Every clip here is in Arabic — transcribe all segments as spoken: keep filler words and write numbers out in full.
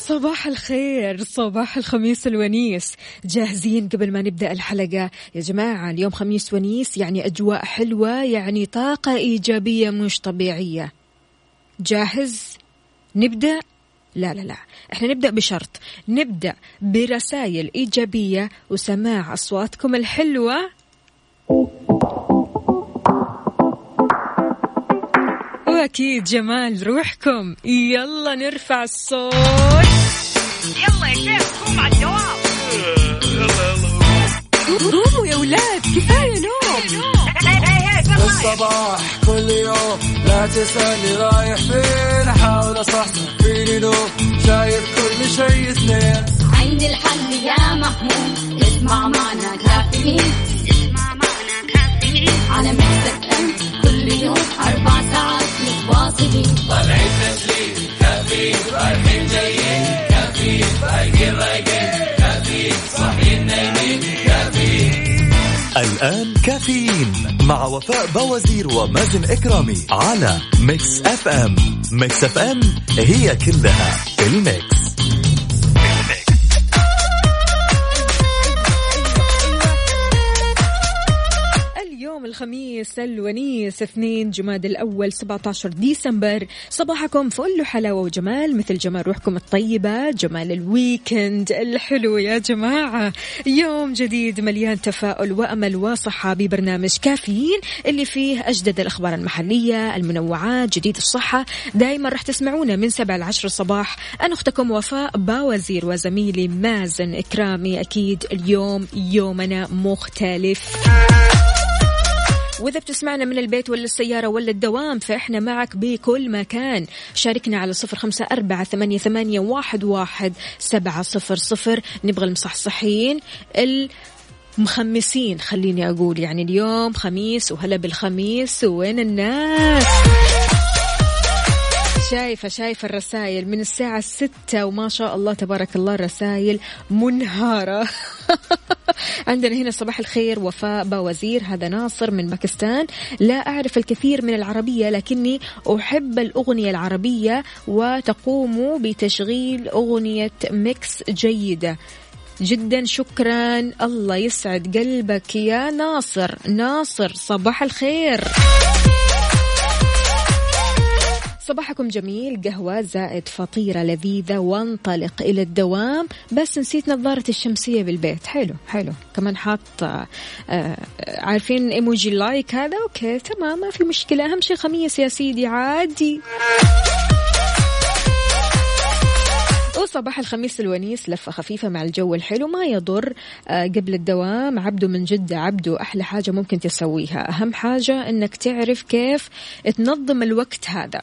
صباح الخير، صباح الخميس الونيس. جاهزين قبل ما نبدأ الحلقة يا جماعة؟ اليوم خميس ونيس، يعني أجواء حلوة، يعني طاقة إيجابية مش طبيعية. جاهز؟ نبدأ؟ لا لا لا، احنا نبدأ بشرط، نبدأ برسائل إيجابية وسماع أصواتكم الحلوة. وأكيد جمال روحكم. يلا نرفع الصوت، يلا يا شيخ قوم على الدوام. قوموا يا ولاد، كفاية نوم. الصباح كل يوم لا تسألني رايح فين، أحاول أصحصح فيني لو شايف كل شيء اثنين. عندي الحل يا محمود، اسمع معنا كافيين، اسمع معنا كافيين على مكتب أم كل يوم أربع ساعات متواصلين. طالعين تسليم كافيين، رايحين جايين كافيين، رايقين رايقين كافيين، صاحيين نايمين كافيين. الآن كافيين مع وفاء بوازير ومازن إكرامي على ميكس أف أم. ميكس أف أم هي كلها الميكس. الخميس الونيس اثنين جماد الأول سبعة عشر ديسمبر. صباحكم فل حلاوة وجمال مثل جمال روحكم الطيبة، جمال الويكند الحلو يا جماعة. يوم جديد مليان تفاؤل وأمل وصحة ببرنامج كافيين اللي فيه أجدد الأخبار المحلية، المنوعات، جديد الصحة. دايما رح تسمعونا من سبعة لعشر الصباح. أنا أختكم وفاء باوزير وزميلي مازن إكرامي. أكيد اليوم يومنا مختلف، وإذا بتسمعنا من البيت ولا السيارة ولا الدوام فإحنا معك بكل مكان. شاركنا على صفر خمسة أربعة ثمانية ثمانية واحد واحد سبعة صفر صفر. نبغى المصحصحين المخمسين، خليني أقول يعني اليوم خميس وهلا بالخميس. وين الناس؟ شايفة شايفة الرسائل من الساعة ستة وما شاء الله تبارك الله رسائل منهارة. عندنا هنا صباح الخير وفاء باوزير، هذا ناصر من باكستان. لا أعرف الكثير من العربية لكني أحب الأغنية العربية وتقوم بتشغيل أغنية ميكس جيدة جدا. شكرا، الله يسعد قلبك يا ناصر. ناصر صباح الخير، صباحكم جميل. قهوة زائد فطيرة لذيذة وانطلق إلى الدوام. بس نسيت نظارة الشمسية بالبيت. حلو حلو، كمان حاط آه عارفين إيموجي لايك هذا. أوكي تمام، ما في مشكلة. أهم شيء خميس يا سيدي، عادي. وصباح الخميس الونيس، لفة خفيفة مع الجو الحلو ما يضر. آه قبل الدوام. عبدو من جدة. عبدو أحلى حاجة ممكن تسويها، أهم حاجة أنك تعرف كيف تنظم الوقت هذا.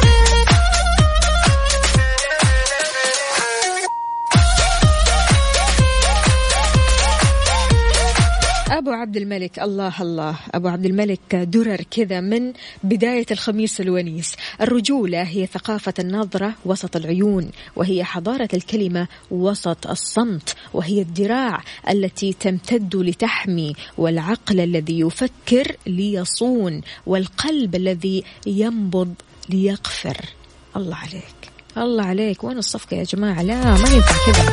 أبو عبد الملك، الله الله، أبو عبد الملك درر كذا من بداية الخميس الونيس. الرجولة هي ثقافة النظرة وسط العيون، وهي حضارة الكلمة وسط الصمت، وهي الذراع التي تمتد لتحمي، والعقل الذي يفكر ليصون، والقلب الذي ينبض ليغفر. الله عليك الله عليك. وين الصفقة يا جماعة؟ لا ما ينفع كذا.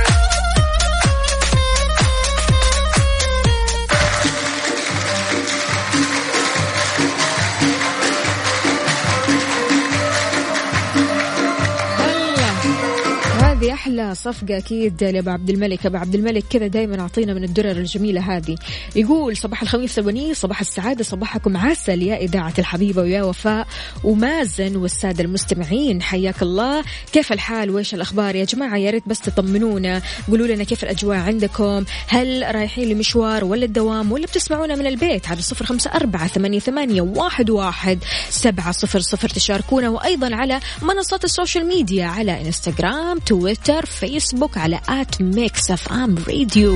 هذه أحلى صفقة أكيد لأبو عبد الملك. أبو عبد الملك كذا دايما أعطينا من الدرر الجميلة هذه. يقول صباح الخميس الونيس، صباح السعادة، صباحكم عسل يا إذاعة الحبيبة ويا وفاء ومازن والسادة المستمعين، حياك الله. كيف الحال وإيش الأخبار يا جماعة؟ يا ريت بس تطمنونا، قولوا لنا كيف الأجواء عندكم، هل رايحين لمشوار ولا الدوام ولا بتسمعونا من البيت؟ على صفر خمسة أربعة ثمانية ثمانية واحد واحد سبعة صفر صفر تشاركونا، وأيضا على منصات السوشيال ميديا على إنستغرام، تويتر، فيسبوك على آت ميكس أف أم راديو.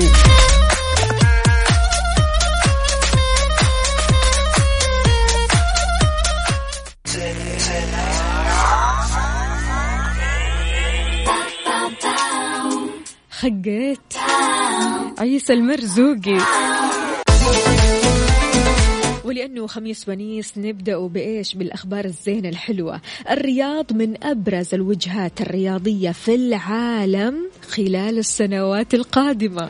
خقيت عيسى المرزوقي. ولأنه خميس ونيس نبدأ بإيش؟ بالأخبار الزينة الحلوة. الرياض من أبرز الوجهات الرياضية في العالم خلال السنوات القادمة.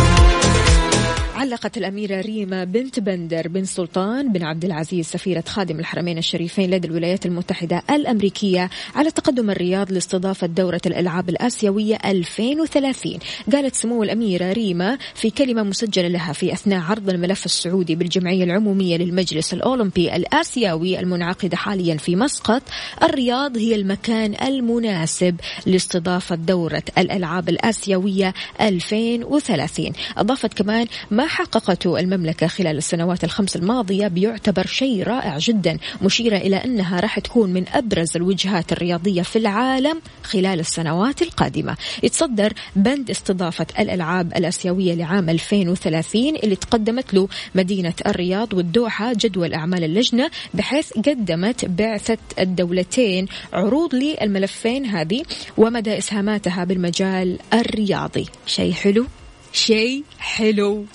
علقت الأميرة ريما بنت بندر بن سلطان بن عبد العزيز سفيرة خادم الحرمين الشريفين لدى الولايات المتحدة الأمريكية على تقدم الرياض لاستضافة دورة الألعاب الآسيوية ألفين وثلاثين. قالت سمو الأميرة ريما في كلمة مسجلة لها في أثناء عرض الملف السعودي بالجمعية العمومية للمجلس الأولمبي الآسيوي المنعقدة حاليا في مسقط: الرياض هي المكان المناسب لاستضافة دورة الألعاب الآسيوية ألفين وثلاثين. أضافت كمان: ما حققته المملكة خلال السنوات الخمس الماضية بيعتبر شيء رائع جدا، مشيرة إلى أنها راح تكون من أبرز الوجهات الرياضية في العالم خلال السنوات القادمة. يتصدر بند استضافة الألعاب الآسيوية لعام ألفين وثلاثين اللي تقدمت له مدينة الرياض والدوحة جدول أعمال اللجنة، بحيث قدمت بعثة الدولتين عروض للملفين هذه ومدى إسهاماتها بالمجال الرياضي. شيء حلو، شيء حلو.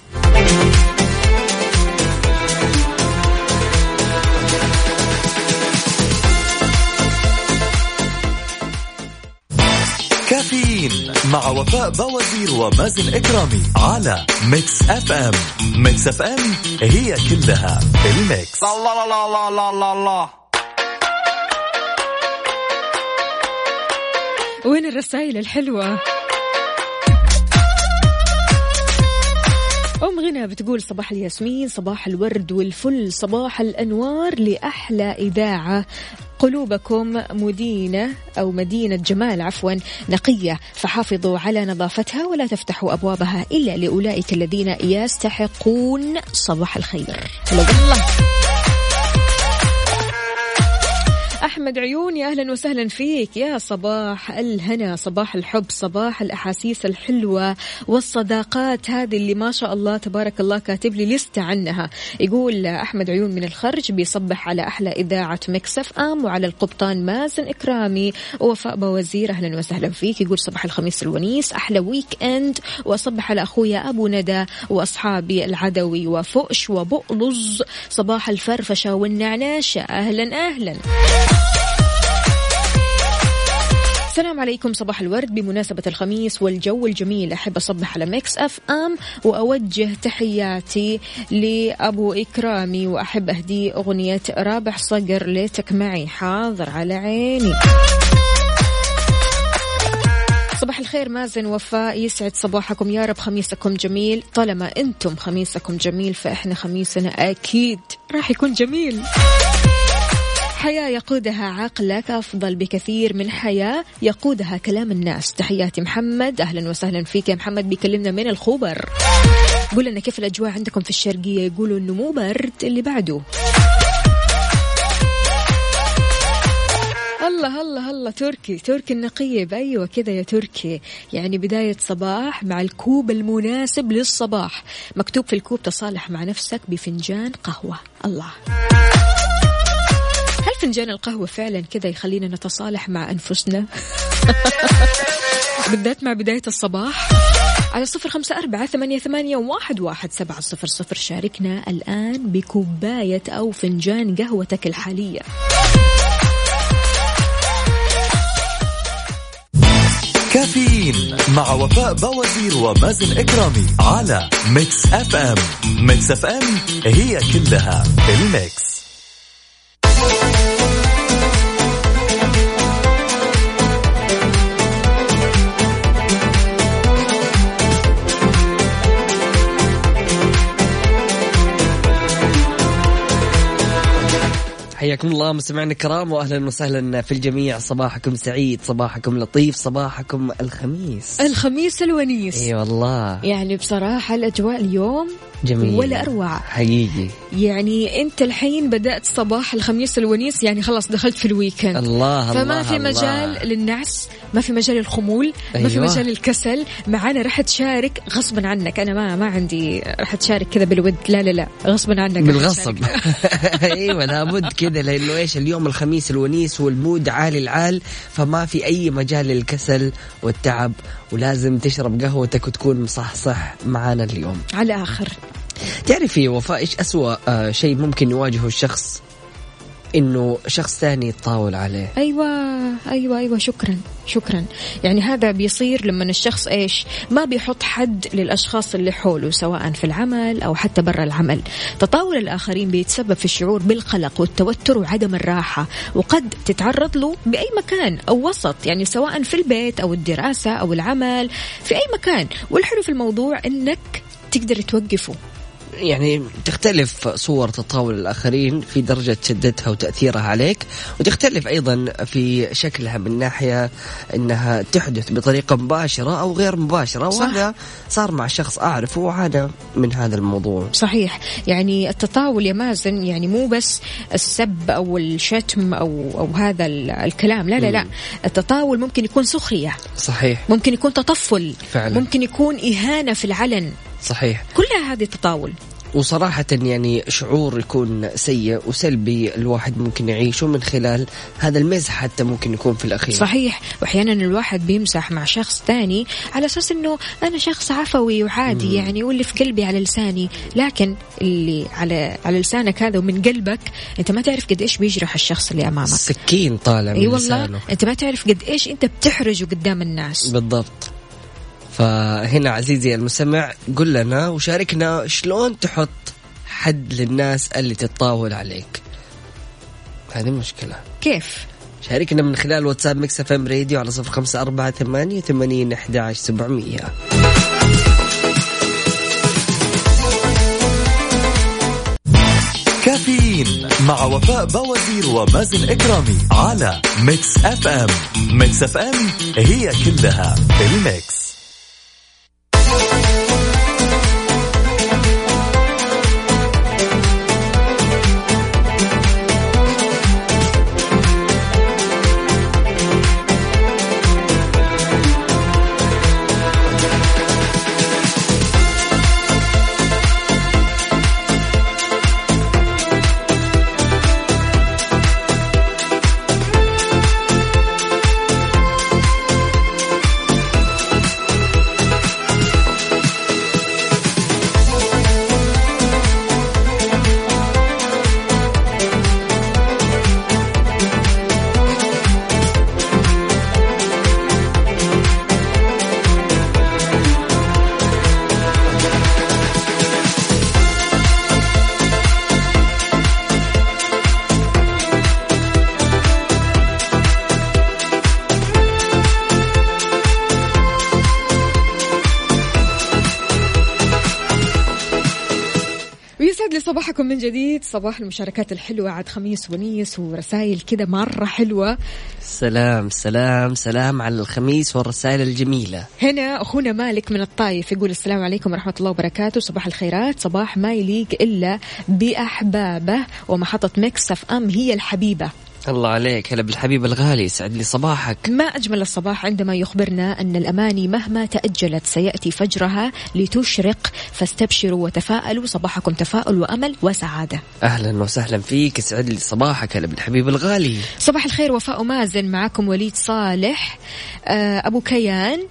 كافيين مع وفاء بوازير ومازن إكرامي على ميكس اف ام. ميكس اف ام هي كلها الميكس. الله الله الله الله الله. وين الرسائل الحلوة؟ أم غنى بتقول: صباح الياسمين، صباح الورد والفل، صباح الأنوار لأحلى إذاعة. قلوبكم مدينة أو مدينة جمال عفوا نقية، فحافظوا على نظافتها ولا تفتحوا أبوابها إلا لأولئك الذين يستحقون. صباح الخير. هلا والله. أحمد عيوني أهلا وسهلا فيك، يا صباح الهنا، صباح الحب، صباح الأحاسيس الحلوة والصداقات هذه اللي ما شاء الله تبارك الله كاتب لي لستة عنها. يقول أحمد عيون من الخرج بيصبح على أحلى إذاعة ميكس اف ام وعلى القبطان مازن إكرامي ووفاء بوزير أهلا وسهلا فيك. يقول صباح الخميس الونيس، أحلى ويك أند، وأصبح على أخويا أبو ندى وأصحابي العدوي وفؤش وبؤلز، صباح الفرفشة والنعناشة. أهلا أهلا. السلام عليكم، صباح الورد. بمناسبة الخميس والجو الجميل أحب أصبح على ميكس أف أم وأوجه تحياتي لأبو إكرامي وأحب أهدي أغنية رابح صقر ليتك معي. حاضر على عيني. صباح الخير مازن وفاء، يسعد صباحكم يا رب، خميسكم جميل. طالما أنتم خميسكم جميل فإحنا خميسنا أكيد راح يكون جميل. حياة يقودها عقلك أفضل بكثير من حياة يقودها كلام الناس. تحياتي محمد، أهلا وسهلا فيك يا محمد. بيكلمنا من الخبر، قول لنا كيف الأجواء عندكم في الشرقية. يقولوا إنه مو برد. اللي بعده الله الله الله، تركي تركي النقيب. أيوة كذا يا تركي، يعني بداية صباح مع الكوب المناسب للصباح. مكتوب في الكوب تصالح مع نفسك بفنجان قهوة. الله، هل فنجان القهوة فعلا كذا يخلينا نتصالح مع أنفسنا؟ بالذات مع بداية الصباح. على صفر خمسة أربعة ثمانية ثمانية واحد واحد سبعة صفر صفر شاركنا الآن بكوباية أو فنجان قهوتك الحالية. كافيين مع وفاء بوازير ومازن إكرامي على ميكس اف ام. ميكس اف ام هي كلها الميكس. حياكم الله مستمعينا الكرام واهلا وسهلا في الجميع. صباحكم سعيد، صباحكم لطيف، صباحكم الخميس، الخميس الونيس. اي والله، يعني بصراحة الأجواء اليوم جميل ولا أروع حقيقي. يعني أنت الحين بدأت صباح الخميس الونيس، يعني خلاص دخلت في الويكند. الله فما الله في الله. مجال للنعس، ما في مجال للخمول، أيوة. ما في مجال للكسل. معانا رح تشارك غصبا عنك. أنا ما ما عندي رح تشارك كذا بالود، لا لا لا غصبا عنك بالغصب. ايوه لابد كذا، لأنه إيش اليوم الخميس الونيس والمود عالي العال، فما في أي مجال للكسل والتعب، ولازم تشرب قهوتك وتكون مصحصح معانا اليوم على آخر. تعرفي وفاء إيش أسوأ آه شيء ممكن يواجهه الشخص؟ إنه شخص ثاني يتطاول عليه. أيوة أيوة أيوة شكرا شكرا. يعني هذا بيصير لما الشخص إيش ما بيحط حد للأشخاص اللي حوله سواء في العمل أو حتى برا العمل. تطاول الآخرين بيتسبب في الشعور بالقلق والتوتر وعدم الراحة، وقد تتعرض له بأي مكان أو وسط، يعني سواء في البيت أو الدراسة أو العمل، في أي مكان. والحلو في الموضوع إنك تقدر توقفه. يعني تختلف صور تطاول الآخرين في درجة شدتها وتأثيرها عليك، وتختلف أيضا في شكلها من ناحية أنها تحدث بطريقة مباشرة أو غير مباشرة. وهذا صار مع شخص أعرفه وعادة من هذا الموضوع. صحيح. يعني التطاول يا مازن يعني مو بس السب أو الشتم أو, أو هذا الكلام، لا لا لا. التطاول ممكن يكون سخرية، صحيح، ممكن يكون تطفل فعلا، ممكن يكون إهانة في العلن، صحيح، كلها هذه تطاول. وصراحة يعني شعور يكون سيء وسلبي الواحد ممكن يعيشه من خلال هذا المزح، حتى ممكن يكون في الأخير. صحيح. وأحيانا الواحد بيمزح مع شخص تاني على أساس أنه أنا شخص عفوي وعادي، مم. يعني واللي في قلبي على لساني، لكن اللي على على لسانك هذا ومن قلبك أنت ما تعرف قد إيش بيجرح الشخص اللي أمامك. سكين طالع من أي لسانه. والله أنت ما تعرف قد إيش أنت بتحرجه قدام الناس. بالضبط. فهنا عزيزي المستمع قل لنا وشاركنا شلون تحط حد للناس اللي تتطاول عليك. هذه مشكلة. كيف؟ شاركنا من خلال واتساب ميكس اف ام راديو على صفر خمسة أربعة ثمانية ثمانين أحد عشر سبعمية. كافيين مع وفاء بوازير ومازن إكرامي على ميكس اف ام. ميكس اف ام هي كلها الميكس. صباحكم من جديد، صباح المشاركات الحلوة، عاد خميس ونيس ورسائل كده مرة حلوة. سلام سلام سلام على الخميس والرسائل الجميلة. هنا أخونا مالك من الطايف يقول السلام عليكم ورحمة الله وبركاته، صباح الخيرات، صباح ما يليق إلا بأحبابه، ومحطة ميكس اف ام هي الحبيبة. الله عليك، هلا بالحبيب الغالي، سعد لي صباحك. ما أجمل الصباح عندما يخبرنا أن الأماني مهما تأجلت سيأتي فجرها لتشرق، فاستبشروا وتفائلوا، صباحكم تفاؤل وأمل وسعادة. أهلا وسهلا فيك، سعد لي صباحك، هلا بالحبيب الغالي. صباح الخير وفاء ومازن، معكم وليد صالح أبو كيان،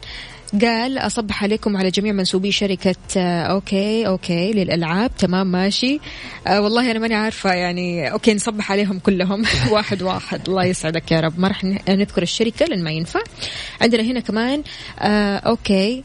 قال أصبح عليكم على جميع منسوبي شركة أوكي أوكي للألعاب. تمام ماشي. أه والله أنا ماني عارفة يعني أوكي نصبح عليهم كلهم واحد واحد. الله يسعدك يا رب. ما رح نذكر الشركة لأن ما ينفع. عندنا هنا كمان أه أوكي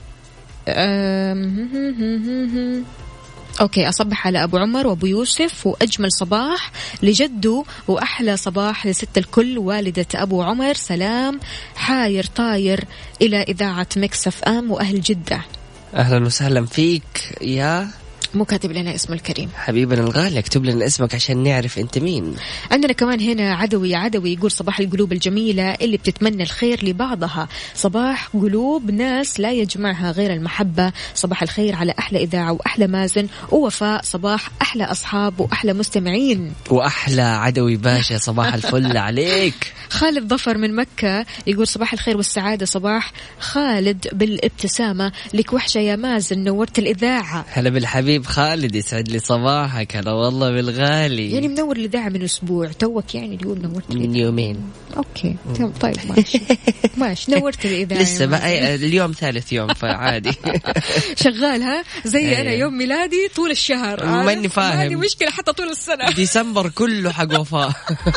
أه أوكي أصبح على أبو عمر وأبو يوسف، وأجمل صباح لجده وأحلى صباح لست الكل والدة أبو عمر. سلام حاير طاير إلى إذاعة ميكس اف ام وأهل جدة. أهلا وسهلا فيك يا مو كاتب لنا اسم الكريم. حبيبنا الغالي اكتب لنا اسمك عشان نعرف انت مين. عندنا كمان هنا عدوي عدوي يقول صباح القلوب الجميلة اللي بتتمنى الخير لبعضها، صباح قلوب ناس لا يجمعها غير المحبة. صباح الخير على أحلى إذاعة وأحلى مازن ووفاء، صباح أحلى أصحاب وأحلى مستمعين وأحلى عدوي باشا، صباح الفل عليك. خالد ظفر من مكة يقول صباح الخير والسعادة، صباح خالد بالابتسامة، لك وحشة يا مازن، نورت الإذاعة. هلا بالحبيب طيب خالد يسعد لي صباحك. هلا والله بالغالي. يعني منور الإذاعة من أسبوع توك يعني اليوم نورت من يومين. أوكي طيب ماشي ماشي نورت الإذاعة لسه بقى اليوم ثالث يوم فعادي. شغالها زي أنا يوم ميلادي طول الشهر ماني فاهم. هذه مشكلة حتى طول السنة. ديسمبر كله حق وفاء.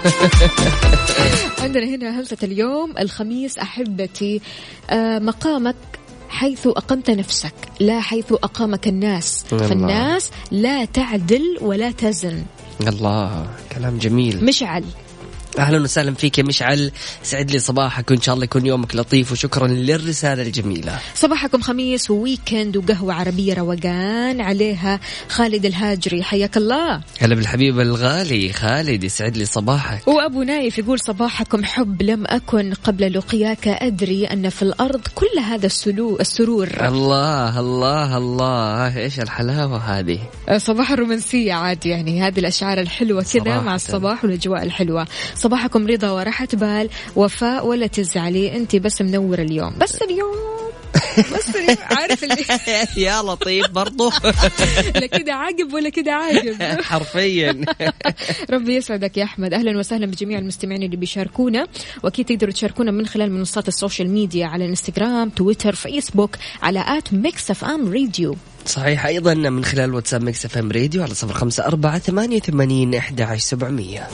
عندنا هنا هلسة اليوم الخميس أحبتي. آه مقامك حيث أقمت نفسك لا حيث أقامك الناس. الله. فالناس لا تعدل ولا تزن. الله كلام جميل. مشعل أهلا وسهلا فيك يا مشعل. سعد لي صباحك وإن شاء الله يكون يومك لطيف وشكرا للرسالة الجميلة. صباحكم خميس وويكند وقهوة عربية روقان عليها. خالد الهاجري حياك الله. هلا بالحبيب الغالي خالد يسعد لي صباحك. وأبو نايف يقول صباحكم حب لم أكن قبل لقياك أدري أن في الأرض كل هذا السلو السرور. الله الله الله إيش الحلاوة هذه. صباح الرومانسية عاد يعني هذه الأشعار الحلوة كذا مع الصباح والأجواء الحلوة. صباحكم رضا وراحة بال. وفاء ولا تزعلي أنت بس منور اليوم بس اليوم بس اليوم عارف اللي يا لطيف برضو. لا كده عاقب ولا كده عاقب حرفيا. ربي يسعدك يا أحمد. أهلا وسهلا بجميع المستمعين اللي بيشاركونا وأكيد تقدروا تشاركونا من خلال منصات السوشيال ميديا على انستغرام تويتر فيسبوك على آت ميكس اف ام راديو. صحيح أيضا من خلال واتساب ميكس اف ام راديو على صفر خمسة أربعة ثمانية ثمانين أحد عشر سبعمية.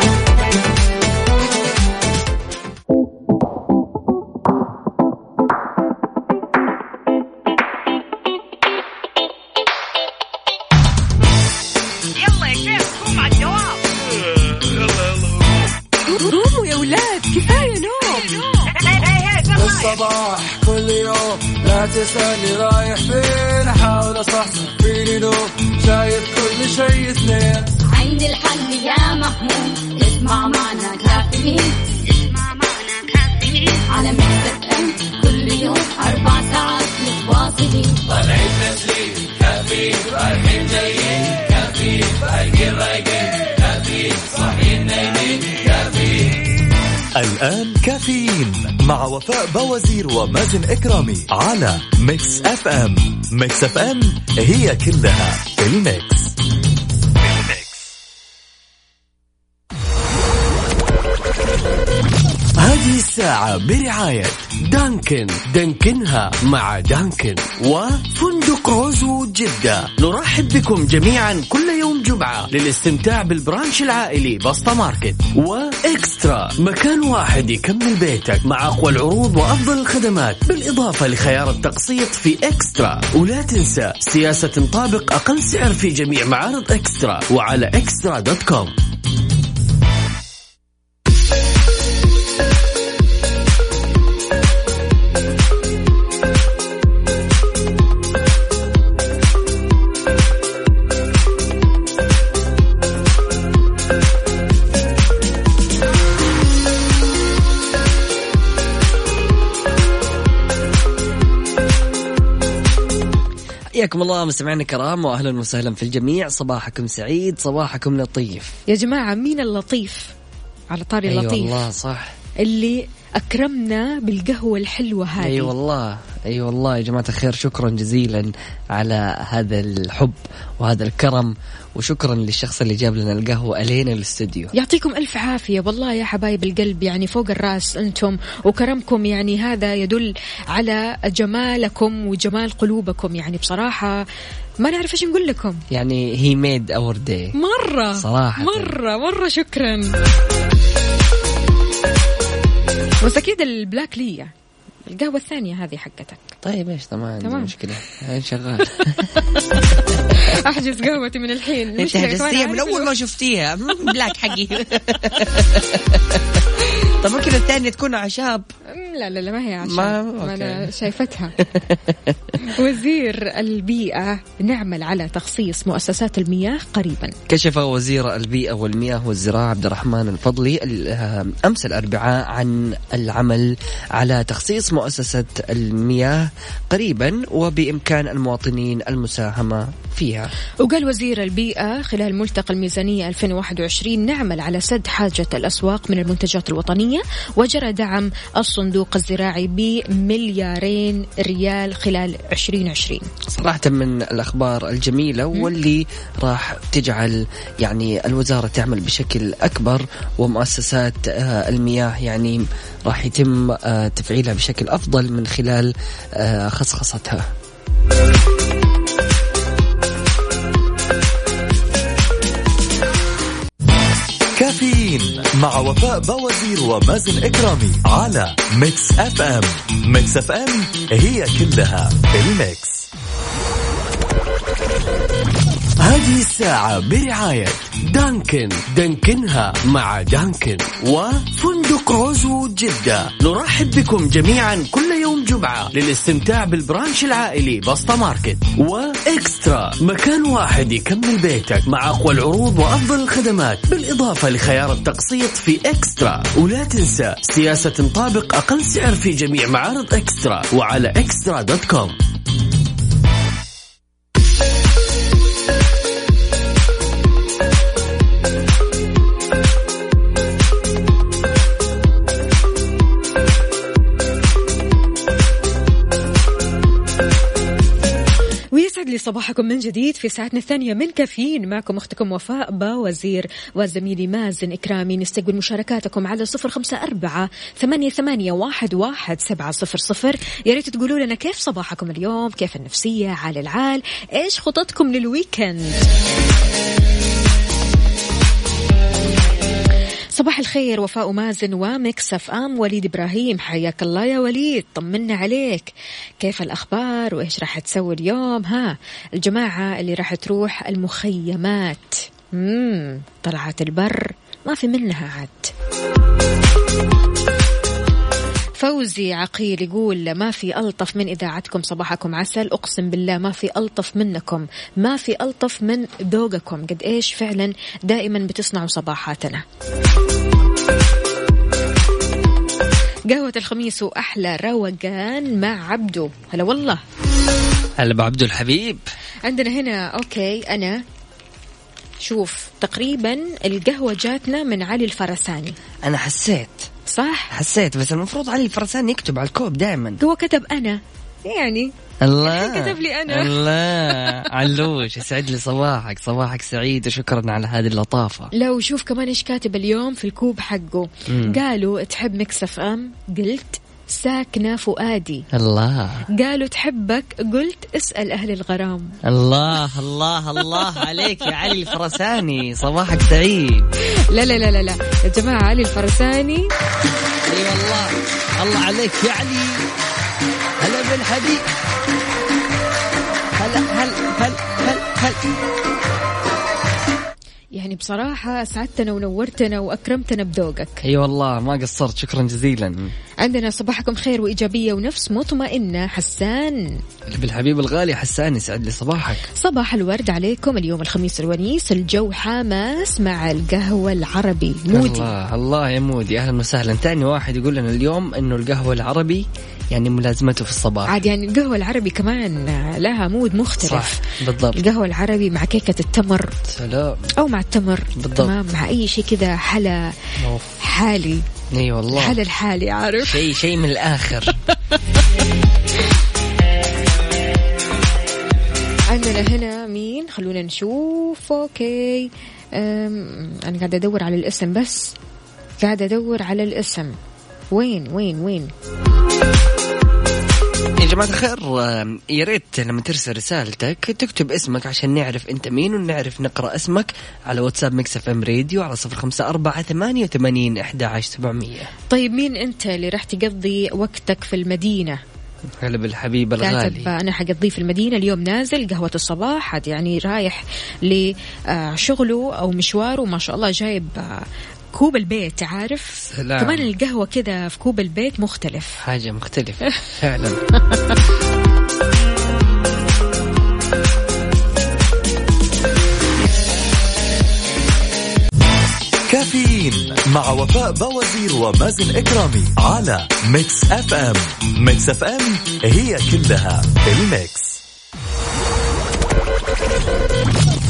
قوموا يا ولاد كفاية نوم. الصباح كل يوم لا تسألني رايح فين أحاول أصحصح فيني لو شايف كل شيء اثنين. عند الحل يا محمود اسمع معنا كافيين. اسمع معنا كافيين على مكتب أم كل يوم أربع ساعات متواصلين. طالعين تسليم كافيين رايحين جايين كافيين رايقين رايقين كافيين صاحيين نايمين كافيين. الآن كافيين مع وفاء بوازير ومازن إكرامي على ميكس اف ام. ميكس اف ام هي كلها في الميكس. هذه الساعة برعاية دانكن. دانكنها مع دانكن وفندق روزو جدة. نرحب بكم جميعا كل يوم جمعة للاستمتاع بالبرانش العائلي بسطة ماركت. وإكسترا مكان واحد يكمل بيتك مع أقوى العروض وأفضل الخدمات بالإضافة لخيار التقسيط في إكسترا. ولا تنسى سياسة تنطبق أقل سعر في جميع معارض إكسترا وعلى إكسترا دوت كوم. حياكم الله مستمعينا الكرام واهلا وسهلا في الجميع. صباحكم سعيد صباحكم لطيف. يا جماعة مين اللطيف على طاري أيوة اللطيف؟ والله صح اللي أكرمنا بالقهوة الحلوة هذه. أي أيوة والله أي أيوة والله يا جماعة الخير شكرا جزيلا على هذا الحب وهذا الكرم وشكرا للشخص اللي جاب لنا القهوة ألينا الاستوديو. يعطيكم ألف عافية والله يا حبايب القلب يعني فوق الرأس أنتم وكرمكم يعني هذا يدل على جمالكم وجمال قلوبكم يعني بصراحة ما نعرف إيش نقول لكم يعني he made our day مرة صراحة مرة مرة شكرا. بس أكيد البلاك ليا القهوة الثانية هذه حقتك. طيب إيش تمام تمام مشكلة هاي شغال. أحجز قهوتي من الحين. أنت حجزتيها من أول ما شفتيها بلاك حقي. طب ممكن الثانية تكون عشاب. لا لا لا ما هي عشاب ما, ما أنا شايفتها. وزير البيئة نعمل على تخصيص مؤسسات المياه قريبا. كشف وزير البيئة والمياه والزراعة عبد الرحمن الفضلي أمس الأربعاء عن العمل على تخصيص مؤسسة المياه قريبا وبإمكان المواطنين المساهمة فيها. وقال وزير البيئة خلال ملتقى الميزانية ألفين وواحد وعشرين نعمل على سد حاجة الأسواق من المنتجات الوطنية، وجرى دعم الصندوق الزراعي بمليارين ريال خلال عشرين عشرين. صراحة من الأخبار الجميلة واللي راح تجعل يعني الوزارة تعمل بشكل أكبر، ومؤسسات المياه يعني راح يتم تفعيلها بشكل أفضل من خلال خصخصتها. كافيين مع وفاء بوازير ومازن إكرامي على ميكس اف ام. ميكس اف ام هي كلها الميكس. هذه الساعة برعاية دانكن، دانكنها مع دانكن، وفندق روزو جدة. نرحب بكم جميعا كل يوم جمعة للاستمتاع بالبرانش العائلي بسطة ماركت، وإكسترا مكان واحد يكمل بيتك مع أقوى العروض وأفضل الخدمات، بالإضافة لخيار التقسيط في إكسترا. ولا تنسى سياسة تنطبق أقل سعر في جميع معارض إكسترا وعلى إكسترا دوت كوم. لي صباحكم من جديد في ساعتنا الثانية من كافيين. معكم أختكم وفاء باوزير وزميلي مازن إكرامي. نستقبل مشاركاتكم على صفر خمسة أربعة ثمانية ثمانية واحد واحد سبعة صفر صفر. يا ريت تقولوا لنا كيف صباحكم اليوم، كيف النفسية، عال العال، إيش خططكم للويكند. صباح الخير وفاء ومازن وميكس اف ام. وليد إبراهيم حياك الله يا وليد، طمنا عليك، كيف الأخبار وإيش راح تسوي اليوم؟ ها الجماعة اللي راح تروح المخيمات، مم. طلعت البر ما في منها عاد. فوزي عقيل يقول ما في ألطف من إذاعتكم، صباحكم عسل، أقسم بالله ما في ألطف منكم، ما في ألطف من ذوقكم، قد إيش فعلا دائما بتصنعوا صباحاتنا. قهوة الخميس وأحلى روقان مع عبدو. هلا والله، هلا بعبدو الحبيب. عندنا هنا أوكي أنا شوف تقريبا القهوة جاتنا من علي الفرساني. أنا حسيت صح؟ حسيت، بس المفروض علي الفرساني يكتب على الكوب دائما. هو كتب أنا يعني الله كتب لي أنا. الله علوش، يسعد لي صباحك، صباحك سعيد وشكرا على هذه اللطافة. لو شوف كمان إيش كاتب اليوم في الكوب حقه. مم. قالوا تحب ميكس اف ام، قلت ساكنة فؤادي. الله. قالوا تحبك، قلت اسأل أهل الغرام. الله الله الله عليك يا علي الفرساني، صباحك سعيد. لا لا لا لا لا يا جماعة، علي الفرساني اي والله الله عليك يا علي. هلا بالحبيب، هلا هل هل هل هل يعني بصراحة سعدتنا ونورتنا وأكرمتنا بذوقك. اي والله ما قصرت، شكرا جزيلا. عندنا صباحكم خير وإيجابية ونفس مطمئنة. حسان بالحبيب الغالي حسان، يسعد لي صباحك. صباح الورد عليكم. اليوم الخميس الونيس، الجو حماس مع القهوة العربي. مودي الله الله يا مودي، أهلا وسهلا. تاني واحد يقول لنا اليوم إنه القهوة العربي يعني ملازمته في الصباح. عاد يعني القهوة العربي كمان لها مود مختلف. صح بالضبط. القهوة العربي مع كيكة التمر، سلام، أو مع التمر بالضبط، تمام، مع أي شيء كذا حلا أوف. حالي. اي والله حلا الحالي، عارف، شيء شيء من الآخر. عندنا هنا مين، خلونا نشوف. أوكي أنا قاعدة أدور على الاسم، بس قاعدة أدور على الاسم. وين وين وين يا جماعة الخير؟ يا ريت لما ترسل رسالتك تكتب اسمك عشان نعرف انت مين، ونعرف نقرأ اسمك على واتساب ميكس اف ام راديو على صفر خمسة أربعة ثمانية وثمانين أحد عشر سبعمية. طيب مين انت اللي راح تقضي وقتك في المدينة؟ هلا بالحبيب الغالي. أنا حقضي في المدينة اليوم، نازل قهوة الصباح، حد يعني رايح لشغله أو مشواره، ما شاء الله جايب كوب البيت، عارف سلام. كمان القهوة كذا في كوب البيت مختلف، حاجة مختلفة فعلا. كافيين مع وفاء بوازير ومازن إكرامي على ميكس اف ام. ميكس اف ام هي كلها الميكس.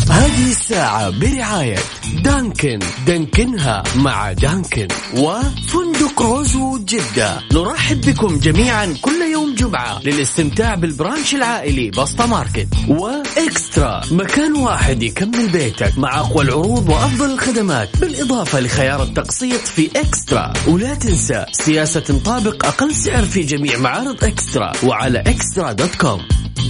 هذه الساعة برعاية دانكن، دانكنها مع دانكن، وفندق روزو جدة. نرحب بكم جميعا كل يوم جمعة للاستمتاع بالبرانش العائلي بسطة ماركت. وإكسترا، مكان واحد يكمل بيتك مع أقوى العروض وأفضل الخدمات، بالإضافة لخيار التقسيط في إكسترا. ولا تنسى سياسة تنطبق أقل سعر في جميع معارض إكسترا وعلى إكسترا دوت كوم.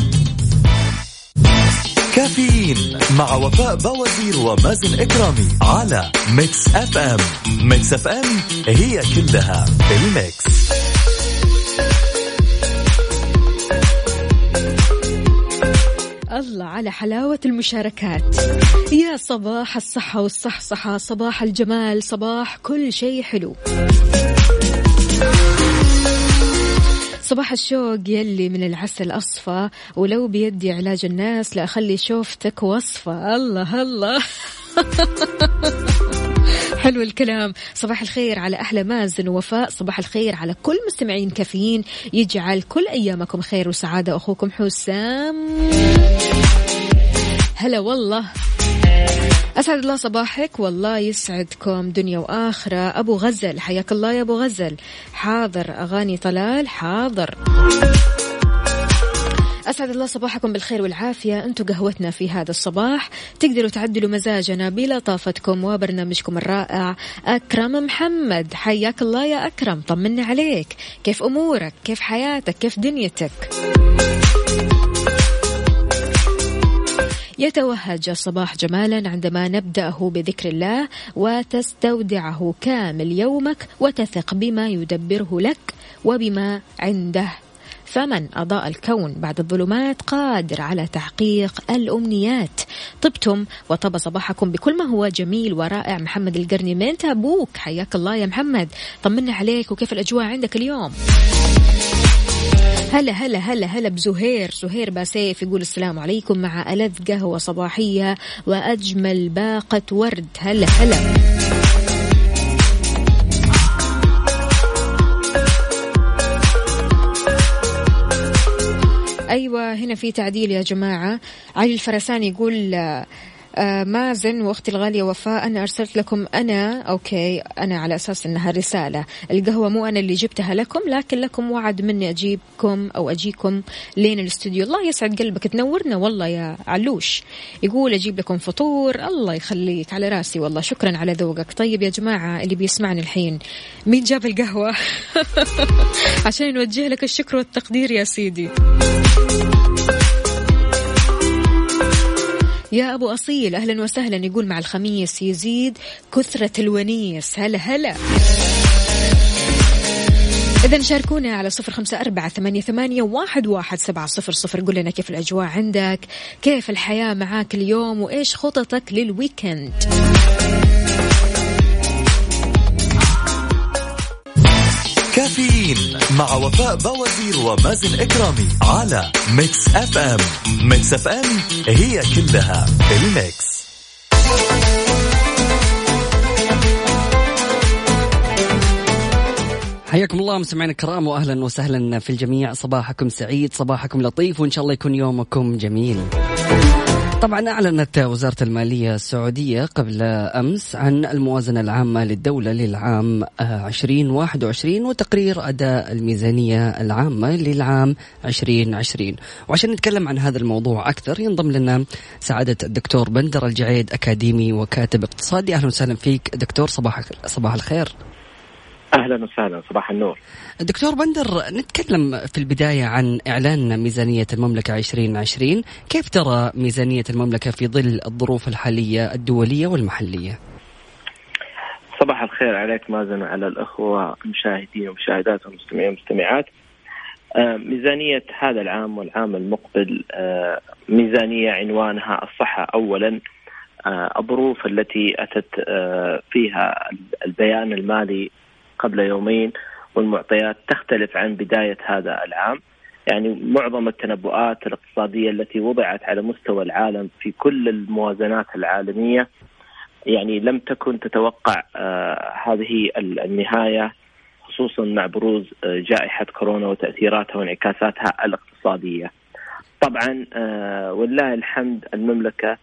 كافيين مع وفاء بوازير ومازن إكرامي على ميكس أف أم. ميكس أف أم هي كلها الميكس. الله على حلاوة المشاركات. يا صباح الصحة والصحصحة، صباح الجمال، صباح كل شيء حلو، صباح الشوق يلي من العسل أصفى، ولو بيدي علاج الناس لأخلي شوفتك وصفة. الله الله حلو الكلام. صباح الخير على أحلى مازن ووفاء، صباح الخير على كل مستمعين كافيين، يجعل كل أيامكم خير وسعادة. أخوكم حسام. هلا والله، أسعد الله صباحك، والله يسعدكم دنيا وآخرة. أبو غزل حياك الله يا أبو غزل. حاضر أغاني طلال، حاضر. أسعد الله صباحكم بالخير والعافية. أنتوا قهوتنا في هذا الصباح، تقدروا تعدلوا مزاجنا بلطافتكم وبرنامجكم الرائع. أكرم محمد حياك الله يا أكرم، طمنا عليك، كيف أمورك، كيف حياتك، كيف دنيتك؟ يتوهج الصباح جمالا عندما نبدأه بذكر الله وتستودعه كامل يومك وتثق بما يدبره لك وبما عنده. فمن أضاء الكون بعد الظلمات قادر على تحقيق الأمنيات. طبتم وطب صباحكم بكل ما هو جميل ورائع. محمد القرني من تابوك حياك الله يا محمد، طمنا عليك وكيف الأجواء عندك اليوم؟ هلا هلا هلا هلا بزهير. زهير باسيف يقول السلام عليكم مع ألذ قهوة صباحية وأجمل باقة ورد. هلا هلا. أيوة هنا في تعديل يا جماعة. علي الفرساني يقول آه مازن واختي الغالية وفاء، أنا أرسلت لكم أنا أوكي أنا على أساس أنها رسالة. القهوة مو أنا اللي جبتها لكم، لكن لكم وعد مني أجيبكم أو أجيكم لين الاستوديو. الله يسعد قلبك، تنورنا والله يا علوش. يقول أجيب لكم فطور. الله يخليك، على راسي والله، شكرا على ذوقك. طيب يا جماعة اللي بيسمعني الحين، مين جاب القهوة؟ عشان نوجه لك الشكر والتقدير يا سيدي. يا أبو أصيل أهلا وسهلا. يقول مع الخميس يزيد كثرة الونيس. هلا هلا. إذن شاركونا على صفر خمسة أربعة ثمانية ثمانية واحد واحد سبعة صفر صفر. قل لنا كيف الأجواء عندك، كيف الحياة معاك اليوم، وإيش خططك للويكند. كافيين مع وفاء بوازير ومازن إكرامي على ميكس أف أم. ميكس أف أم هي كلها الميكس. حياكم الله مستمعينا الكرام وأهلا وسهلا في الجميع. صباحكم سعيد، صباحكم لطيف، وإن شاء الله يكون يومكم جميل. طبعا أعلنت وزارة المالية السعودية قبل أمس عن الموازنة العامة للدولة للعام عشرين واحد وعشرين وتقرير أداء الميزانية العامة للعام عشرين عشرين. وعشان نتكلم عن هذا الموضوع أكثر ينضم لنا سعادة الدكتور بندر الجعيد، أكاديمي وكاتب اقتصادي. أهلا وسهلا فيك دكتور، صباح صباح الخير. أهلا وسهلا، صباح النور. دكتور بندر، نتكلم في البداية عن إعلان ميزانية المملكة عشرين عشرين. كيف ترى ميزانية المملكة في ظل الظروف الحالية الدولية والمحلية؟ صباح الخير عليك مازن وعلى الأخوة المشاهدين ومشاهدات والمستمعين والمستمعات. ميزانية هذا العام والعام المقبل ميزانية عنوانها الصحة أولا. الظروف التي أتت فيها البيان المالي قبل يومين والمعطيات تختلف عن بداية هذا العام. يعني معظم التنبؤات الاقتصادية التي وضعت على مستوى العالم في كل الموازنات العالمية يعني لم تكن تتوقع آه هذه النهاية، خصوصا مع بروز آه جائحة كورونا وتأثيراتها وانعكاساتها الاقتصادية. طبعا آه والله الحمد المملكة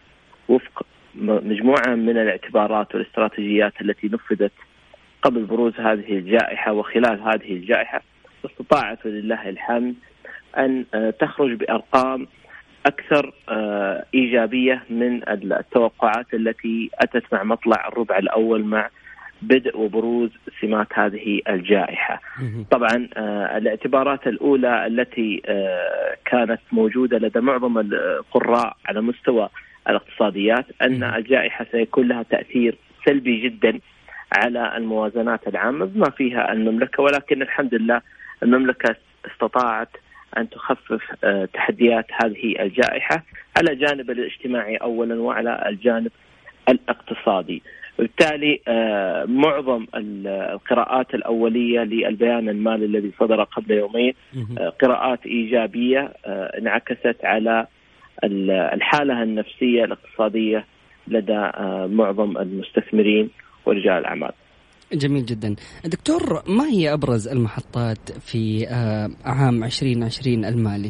وفق مجموعة من الاعتبارات والاستراتيجيات التي نفذت قبل بروز هذه الجائحة وخلال هذه الجائحة، استطاعت ولله الحمد أن تخرج بأرقام أكثر إيجابية من التوقعات التي أتت مع مطلع الربع الأول مع بدء وبروز سمات هذه الجائحة. طبعا الاعتبارات الأولى التي كانت موجودة لدى معظم القراء على مستوى الاقتصاديات أن الجائحة سيكون لها تأثير سلبي جدا على الموازنات العامة بما فيها المملكة، ولكن الحمد لله المملكة استطاعت أن تخفف تحديات هذه الجائحة على الجانب الاجتماعي أولا وعلى الجانب الاقتصادي. بالتالي معظم القراءات الأولية للبيان المالي الذي صدر قبل يومين قراءات إيجابية انعكست على الحالة النفسية الاقتصادية لدى معظم المستثمرين ورجال الأعمال. جميل جدا. دكتور، ما هي أبرز المحطات في عام عشرين عشرين المالي؟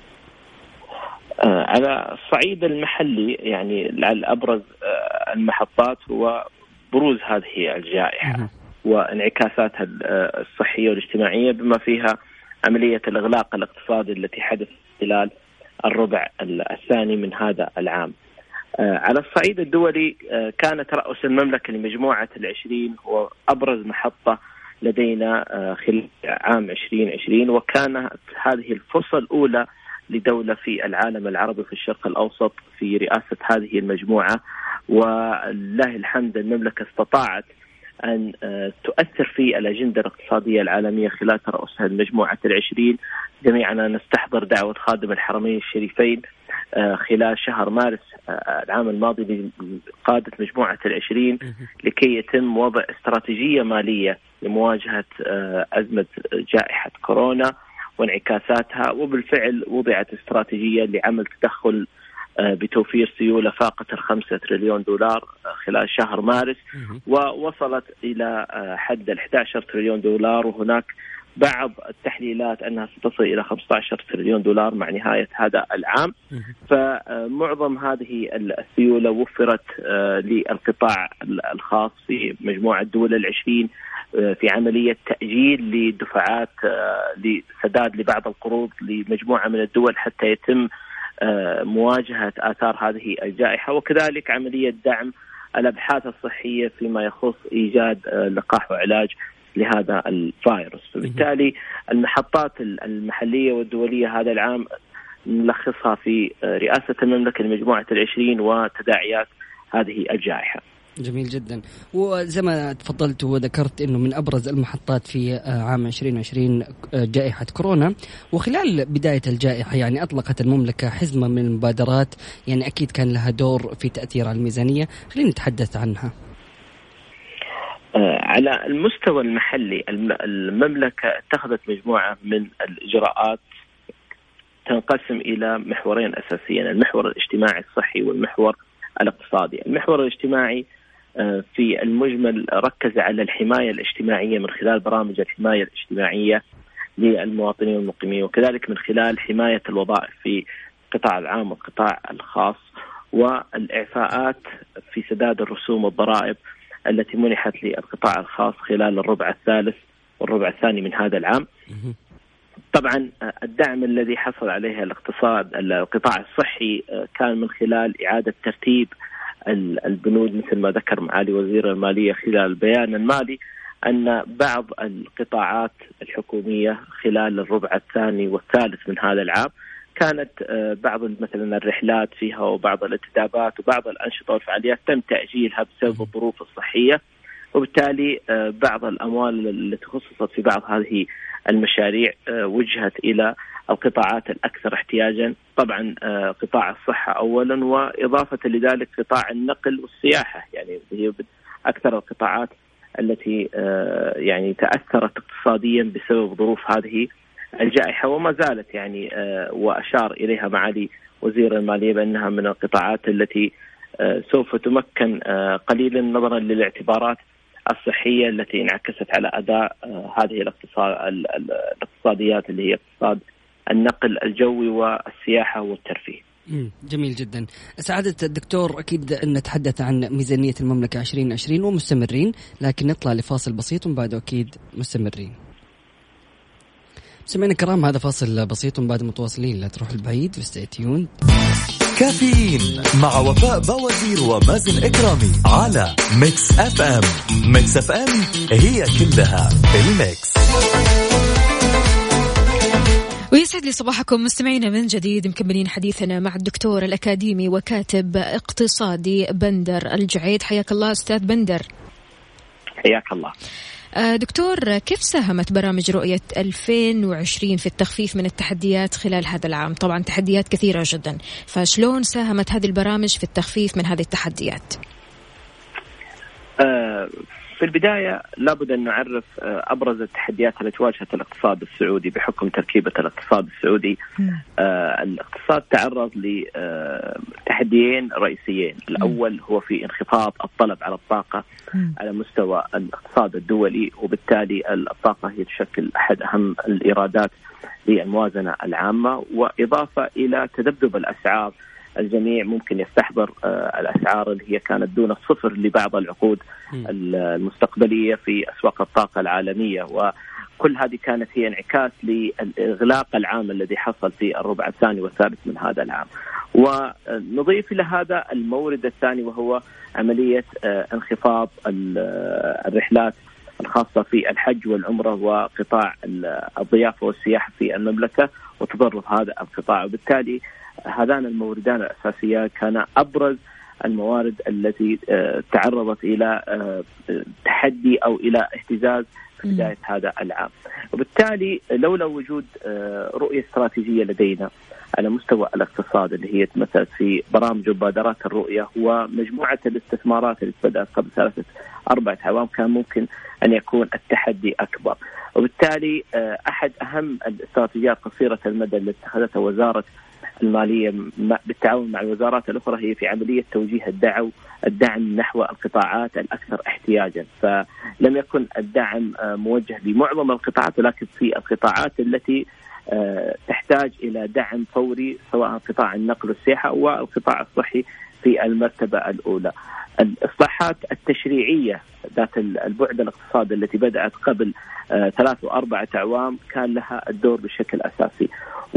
على الصعيد المحلي يعني الأبرز المحطات هو بروز هذه الجائحة وانعكاساتها الصحية والاجتماعية بما فيها عملية الإغلاق الاقتصادي التي حدث خلال الربع الثاني من هذا العام. على الصعيد الدولي كان ترأس المملكة لمجموعة العشرين هو أبرز محطة لدينا خلال عام عشرين عشرين، وكانت هذه الفرصة الأولى لدولة في العالم العربي في الشرق الأوسط في رئاسة هذه المجموعة، ولله الحمد المملكة استطاعت أن تؤثر في الأجندة الاقتصادية العالمية خلال ترأسها المجموعة العشرين. جميعنا نستحضر دعوة خادم الحرمين الشريفين خلال شهر مارس العام الماضي لقادة مجموعة العشرين لكي يتم وضع استراتيجية مالية لمواجهة أزمة جائحة كورونا وانعكاساتها، وبالفعل وضعت استراتيجية لعمل تدخل بتوفير سيولة فاقت الخمسة تريليون دولار خلال شهر مارس ووصلت إلى حد الأحد عشر تريليون دولار، وهناك بعض التحليلات أنها ستصل إلى خمسة عشر تريليون دولار مع نهاية هذا العام. فمعظم هذه السيولة وفرت للقطاع الخاص في مجموعة دول العشرين في عملية تأجيل لدفعات لسداد لبعض القروض لمجموعة من الدول حتى يتم مواجهة آثار هذه الجائحة، وكذلك عملية دعم الأبحاث الصحية فيما يخص إيجاد لقاح وعلاج لهذا الفيروس. فبالتالي المحطات المحلية والدولية هذا العام نلخصها في رئاسة المملكة لمجموعة العشرين وتداعيات هذه الجائحة. جميل جدا. وزي ما تفضلت وذكرت أنه من أبرز المحطات في عام عشرين عشرين جائحة كورونا، وخلال بداية الجائحة يعني أطلقت المملكة حزمة من المبادرات يعني أكيد كان لها دور في تأثير على الميزانية. خلينا نتحدث عنها. على المستوى المحلي المملكة اتخذت مجموعة من الإجراءات تنقسم إلى محورين أساسيين، المحور الاجتماعي الصحي والمحور الاقتصادي. المحور الاجتماعي في المجمل ركز على الحماية الاجتماعية من خلال برامج الحماية الاجتماعية للمواطنين والمقيمين، وكذلك من خلال حماية الوظائف في القطاع العام والقطاع الخاص، والإعفاءات في سداد الرسوم والضرائب التي منحت للقطاع الخاص خلال الربع الثالث والربع الثاني من هذا العام. طبعا الدعم الذي حصل عليه الاقتصاد القطاع الصحي كان من خلال إعادة ترتيب البنود مثل ما ذكر معالي وزير المالية خلال البيان المالي أن بعض القطاعات الحكومية خلال الربع الثاني والثالث من هذا العام كانت بعض مثلا الرحلات فيها وبعض الانتدابات وبعض الأنشطة والفعاليات تم تأجيلها بسبب الظروف الصحية، وبالتالي بعض الأموال التي خصصت في بعض هذه المشاريع وجهت إلى القطاعات الأكثر احتياجا، طبعا قطاع الصحة أولا، وإضافة لذلك قطاع النقل والسياحة، يعني هي أكثر القطاعات التي يعني تأثرت اقتصاديا بسبب ظروف هذه الجائحة، وما زالت يعني وأشار إليها معالي وزير المالية بأنها من القطاعات التي سوف تمكن قليلا نظرا للاعتبارات الصحية التي انعكست على أداء هذه الاقتصاد الاقتصاديات اللي هي اقتصاد النقل الجوي والسياحة والترفيه. جميل جدا. سعادة الدكتور، أكيد أن نتحدث عن ميزانية المملكة عشرين عشرين ومستمرين، لكن نطلع لفاصل بسيط ومن بعده أكيد مستمرين. سمعنا الكرام، هذا فاصل بسيط ومن بعد متواصلين، لا تروح البعيد وستي تيون. كافيين مع وفاء بوازير ومازن إكرامي على ميكس أف أم. ميكس أف أم هي كلها الميكس. ويسعد لي صباحكم مستمعينا من جديد، مكملين حديثنا مع الدكتور الأكاديمي وكاتب اقتصادي بندر الجعيد. حياك الله أستاذ بندر. حياك الله دكتور. كيف ساهمت برامج رؤية ألفين وعشرين في التخفيف من التحديات خلال هذا العام؟ طبعا تحديات كثيرة جدا، فشلون ساهمت هذه البرامج في التخفيف من هذه التحديات؟ آه في البداية لابد أن نعرف أبرز التحديات التي واجهت الاقتصاد السعودي بحكم تركيبة الاقتصاد السعودي. آه الاقتصاد تعرض لتحديين رئيسيين. الأول هو في انخفاض الطلب على الطاقة على مستوى الاقتصاد الدولي، وبالتالي الطاقة هي تشكل أحد أهم الإيرادات للموازنة العامة، وإضافة إلى تذبذب الأسعار. الجميع ممكن يستحضر الأسعار اللي هي كانت دون الصفر لبعض العقود المستقبلية في أسواق الطاقة العالمية، وكل هذه كانت هي انعكاس للإغلاق العام الذي حصل في الربع الثاني والثالث من هذا العام. ونضيف إلى هذا المورد الثاني وهو عملية انخفاض الرحلات الخاصة في الحج والعمرة وقطاع الضيافة والسياحة في المملكة وتضرر هذا القطاع، وبالتالي هذان الموردان الأساسية كان أبرز الموارد التي تعرضت إلى تحدي أو إلى اهتزاز في بداية هذا العام. وبالتالي لولا وجود رؤية استراتيجية لدينا على مستوى الاقتصاد اللي هي تمثلت في برامج ومبادرات الرؤية ومجموعة الاستثمارات اللي بدأت قبل ثلاثة أربعة أعوام، كان ممكن أن يكون التحدي أكبر. وبالتالي أحد أهم الاستراتيجيات قصيرة المدى اللي اتخذتها وزارة المالية بالتعاون مع الوزارات الأخرى هي في عملية توجيه الدعم الدعم نحو القطاعات الأكثر احتياجا. فلم يكن الدعم موجه لمعظم القطاعات، ولكن في القطاعات التي تحتاج إلى دعم فوري، سواء قطاع النقل والسياحة والقطاع الصحي في المرتبة الأولى. الإصلاحات التشريعية ذات البعد الاقتصادي التي بدأت قبل ثلاث وأربعة أعوام كان لها الدور بشكل أساسي.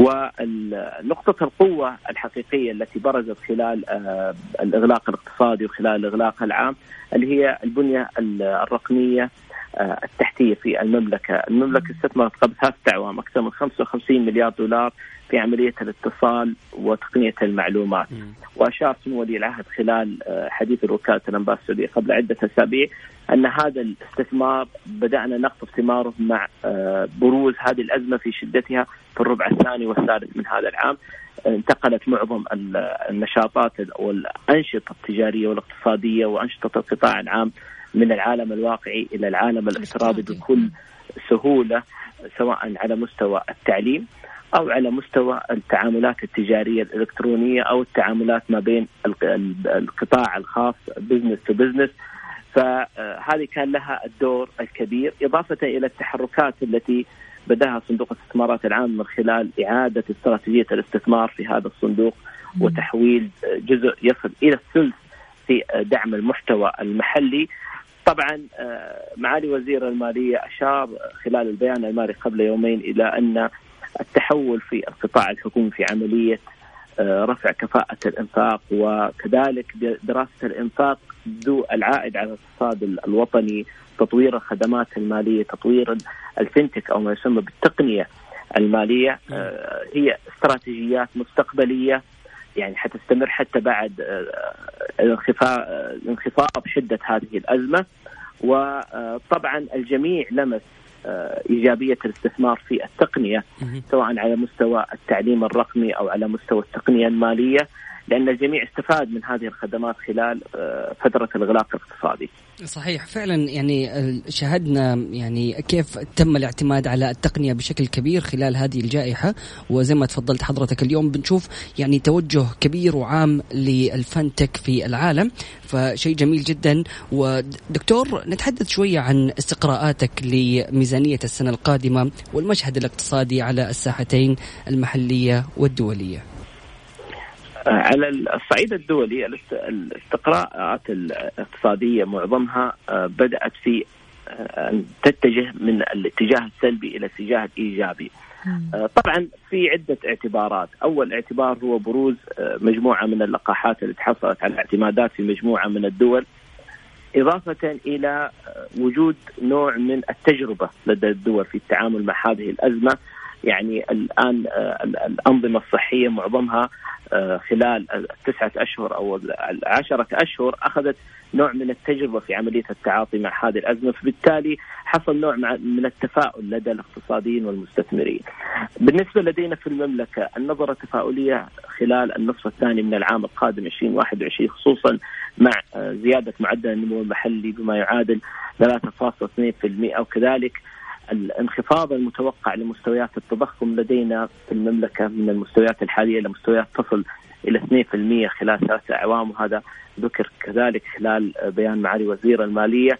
ونقطة القوة الحقيقية التي برزت خلال الإغلاق الاقتصادي وخلال الإغلاق العام اللي هي البنية الرقمية التحتية في المملكة. المملكة استثمرت قبل ثلاثة أعوام أكثر من خمسة وخمسين مليار دولار في عملية الاتصال وتقنية المعلومات. وأشار سمو ولي العهد خلال حديث وكالة الأنباء السعودية قبل عدة أسابيع أن هذا الاستثمار بدأنا نقطف ثماره مع بروز هذه الأزمة في شدتها في الربع الثاني والثالث من هذا العام. انتقلت معظم النشاطات والأنشطة التجارية والاقتصادية وأنشطة القطاع العام من العالم الواقعي إلى العالم الافتراضي بكل سهولة، سواء على مستوى التعليم أو على مستوى التعاملات التجارية الإلكترونية أو التعاملات ما بين القطاع الخاص بزنس تو بزنس. فهذه كان لها الدور الكبير، إضافة إلى التحركات التي بدأها صندوق الاستثمارات العام من خلال إعادة استراتيجية الاستثمار في هذا الصندوق وتحويل جزء يصل إلى الثلث في دعم المحتوى المحلي. طبعا معالي وزير المالية أشار خلال البيان المالي قبل يومين إلى أن التحول في القطاع الحكومي في عملية رفع كفاءة الإنفاق وكذلك دراسة الإنفاق ذو العائد على الاقتصاد الوطني، تطوير الخدمات المالية، تطوير الفينتك أو ما يسمى بالتقنية المالية، هي استراتيجيات مستقبلية يعني حتستمر حتى بعد انخفاض شدة هذه الأزمة. وطبعا الجميع لمس إيجابية الاستثمار في التقنية سواء على مستوى التعليم الرقمي أو على مستوى التقنية المالية، لأن الجميع استفاد من هذه الخدمات خلال فترة الإغلاق الاقتصادي. صحيح فعلا، يعني شاهدنا يعني كيف تم الاعتماد على التقنية بشكل كبير خلال هذه الجائحة، وزي ما تفضلت حضرتك اليوم بنشوف يعني توجه كبير وعام للفنتك في العالم، فشيء جميل جدا. ودكتور نتحدث شوية عن استقراءاتك لميزانية السنة القادمة والمشهد الاقتصادي على الساحتين المحلية والدولية. على الصعيد الدولي الاستقراءات الاقتصادية معظمها بدأت في أن تتجه من الاتجاه السلبي إلى الاتجاه الإيجابي. طبعا في عدة اعتبارات. أول اعتبار هو بروز مجموعة من اللقاحات التي حصلت على اعتمادات في مجموعة من الدول، إضافة إلى وجود نوع من التجربة لدى الدول في التعامل مع هذه الأزمة. يعني الآن الأنظمة الصحية معظمها خلال التسعة أشهر أو العشرة أشهر أخذت نوع من التجربة في عملية التعاطي مع هذه الأزمة، فبالتالي حصل نوع من التفاؤل لدى الاقتصاديين والمستثمرين. بالنسبة لدينا في المملكة النظرة تفاؤلية خلال النصف الثاني من العام القادم عشرين واحد وعشرين، خصوصا مع زيادة معدل النمو المحلي بما يعادل ثلاثة فاصلة اثنين بالمئة، وكذلك الانخفاض المتوقع لمستويات التضخم لدينا في المملكة من المستويات الحالية إلى مستويات تصل إلى اثنين بالمئة خلال ثلاثة أعوام، وهذا ذكر كذلك خلال بيان معالي وزير المالية.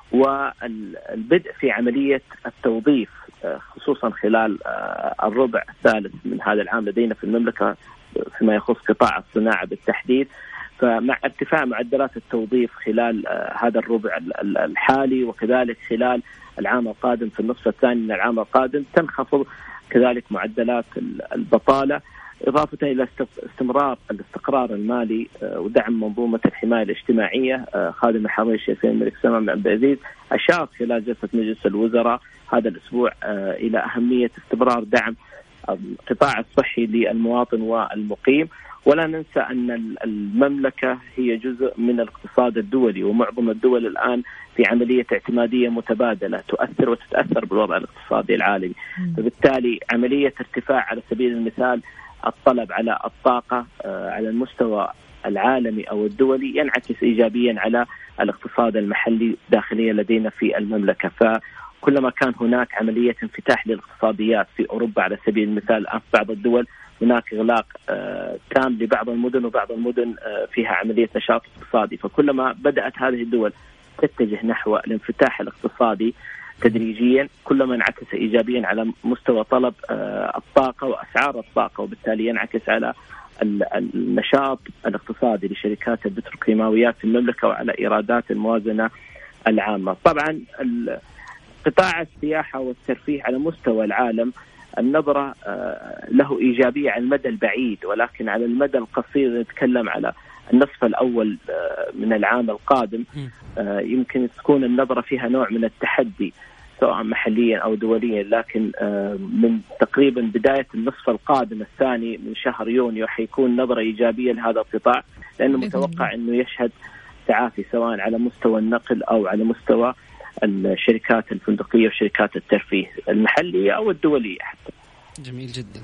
والبدء في عملية التوظيف خصوصا خلال الربع الثالث من هذا العام لدينا في المملكة فيما يخص قطاع الصناعة بالتحديد. فمع ارتفاع معدلات التوظيف خلال هذا الربع الحالي وكذلك خلال العام القادم في النصف الثاني من العام القادم تنخفض كذلك معدلات البطالة، إضافة إلى استمرار الاستقرار المالي ودعم منظومة الحماية الاجتماعية. خادم الحرمين الشريفين الملك سلمان بن عبد العزيز أشار خلال جلسة مجلس الوزراء هذا الأسبوع إلى أهمية استمرار دعم القطاع الصحي للمواطن والمقيم. ولا ننسى أن المملكة هي جزء من الاقتصاد الدولي، ومعظم الدول الآن في عملية اعتمادية متبادلة تؤثر وتتأثر بالوضع الاقتصادي العالمي. فبالتالي عملية ارتفاع على سبيل المثال الطلب على الطاقة على المستوى العالمي أو الدولي ينعكس إيجابيا على الاقتصاد المحلي داخليا لدينا في المملكة. فكلما كان هناك عملية انفتاح للاقتصاديات في أوروبا على سبيل المثال في بعض الدول هناك إغلاق تام لبعض المدن وبعض المدن فيها عملية نشاط اقتصادي، فكلما بدأت هذه الدول تتجه نحو الانفتاح الاقتصادي تدريجيا كلما انعكس إيجابيا على مستوى طلب الطاقة وأسعار الطاقة، وبالتالي ينعكس على النشاط الاقتصادي لشركات البتروكيماويات في المملكة وعلى إيرادات الموازنة العامة. طبعا قطاع السياحة والترفيه على مستوى العالم النظرة له إيجابية على المدى البعيد، ولكن على المدى القصير نتكلم على النصف الأول من العام القادم يمكن تكون النظرة فيها نوع من التحدي سواء محليا أو دوليا. لكن من تقريبا بداية النصف القادم الثاني من شهر يونيو حيكون نظرة إيجابية لهذا القطاع، لأنه متوقع أنه يشهد تعافي سواء على مستوى النقل أو على مستوى الشركات الفندقية وشركات الترفيه المحلية أو الدولية حتى. جميل جدا.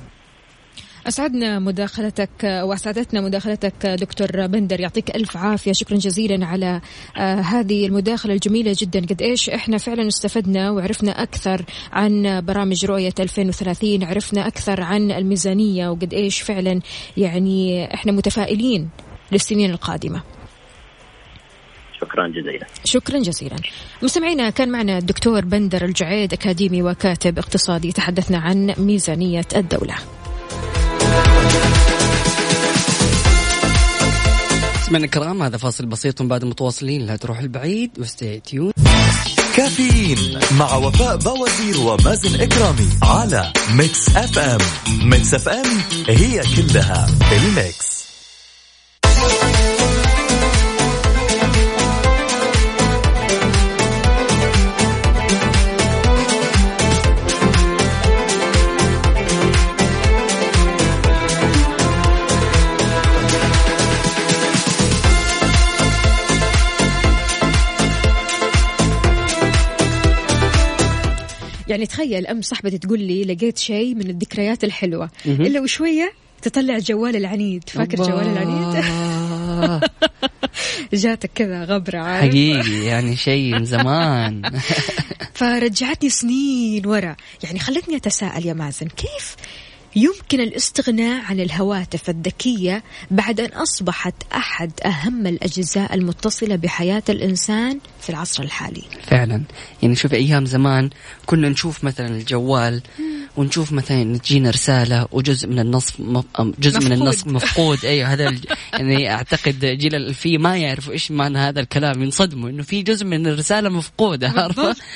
أسعدنا مداخلتك وأسعدتنا مداخلتك دكتور بندر، يعطيك ألف عافية. شكرا جزيلا على آه هذه المداخلة الجميلة جدا. قد إيش إحنا فعلا استفدنا وعرفنا أكثر عن برامج رؤية ألفين وثلاثين، عرفنا أكثر عن الميزانية، وقد إيش فعلا يعني إحنا متفائلين للسنين القادمة. شكرا جزيلا. شكرا جزيلا. مستمعينا، كان معنا الدكتور بندر الجعيد أكاديمي وكاتب اقتصادي، تحدثنا عن ميزانية الدولة. سمعنا الكرام، هذا فاصل بسيط بعد متواصلين، لا تروح البعيد وستي تيون. كافيين مع وفاء بوازير ومازن إكرامي على ميكس اف ام. ميكس اف ام هي كلها الميكس. يعني تخيل أمس صاحبتي تقول لي لقيت شيء من الذكريات الحلوة إلا وشوية تطلع جوال العنيد. فاكر جوال العنيد؟ جاتك كذا غبرة حقيقي، يعني شيء من زمان. فرجعتني سنين ورا. يعني خلتني أتساءل يا مازن، كيف يمكن الاستغناء عن الهواتف الذكية بعد أن أصبحت أحد أهم الأجزاء المتصلة بحياة الإنسان في العصر الحالي؟ فعلا، يعني شوف أيام زمان كنا نشوف مثلا الجوال ونشوف مثلا تجينا رسالة وجزء من النص مف... جزء مفقود. من النص مفقود. أيوة هذا ال... يعني أعتقد جيل الألفية ما يعرفوا إيش معنى هذا الكلام، ينصدموا إنه في جزء من الرسالة مفقودة.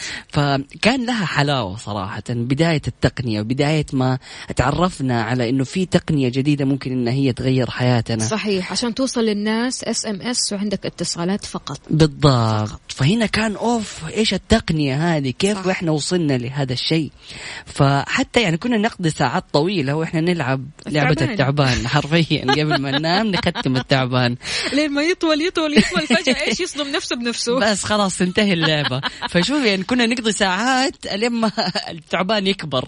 فكان لها حلاوة صراحة بداية التقنية وبداية ما تعرفنا على إنه في تقنية جديدة ممكن إن هي تغير حياتنا. صحيح، عشان توصل للناس اس ام اس وعندك اتصالات فقط. بالضبط. فقط. فهنا كان أوف إيش التقنية هذه، كيف صح. وإحنا وصلنا لهذا الشيء. فحتى يعني كنا نقضي ساعات طويلة وإحنا نلعب لعبة التعبان, التعبان. حرفيا قبل ما ننام نختم التعبان لين ما يطول يطول يطول فجأة إيش يصدم نفسه بنفسه، بس خلاص تنتهي اللعبة. فشوف يعني كنا نقضي ساعات لما التعبان يكبر.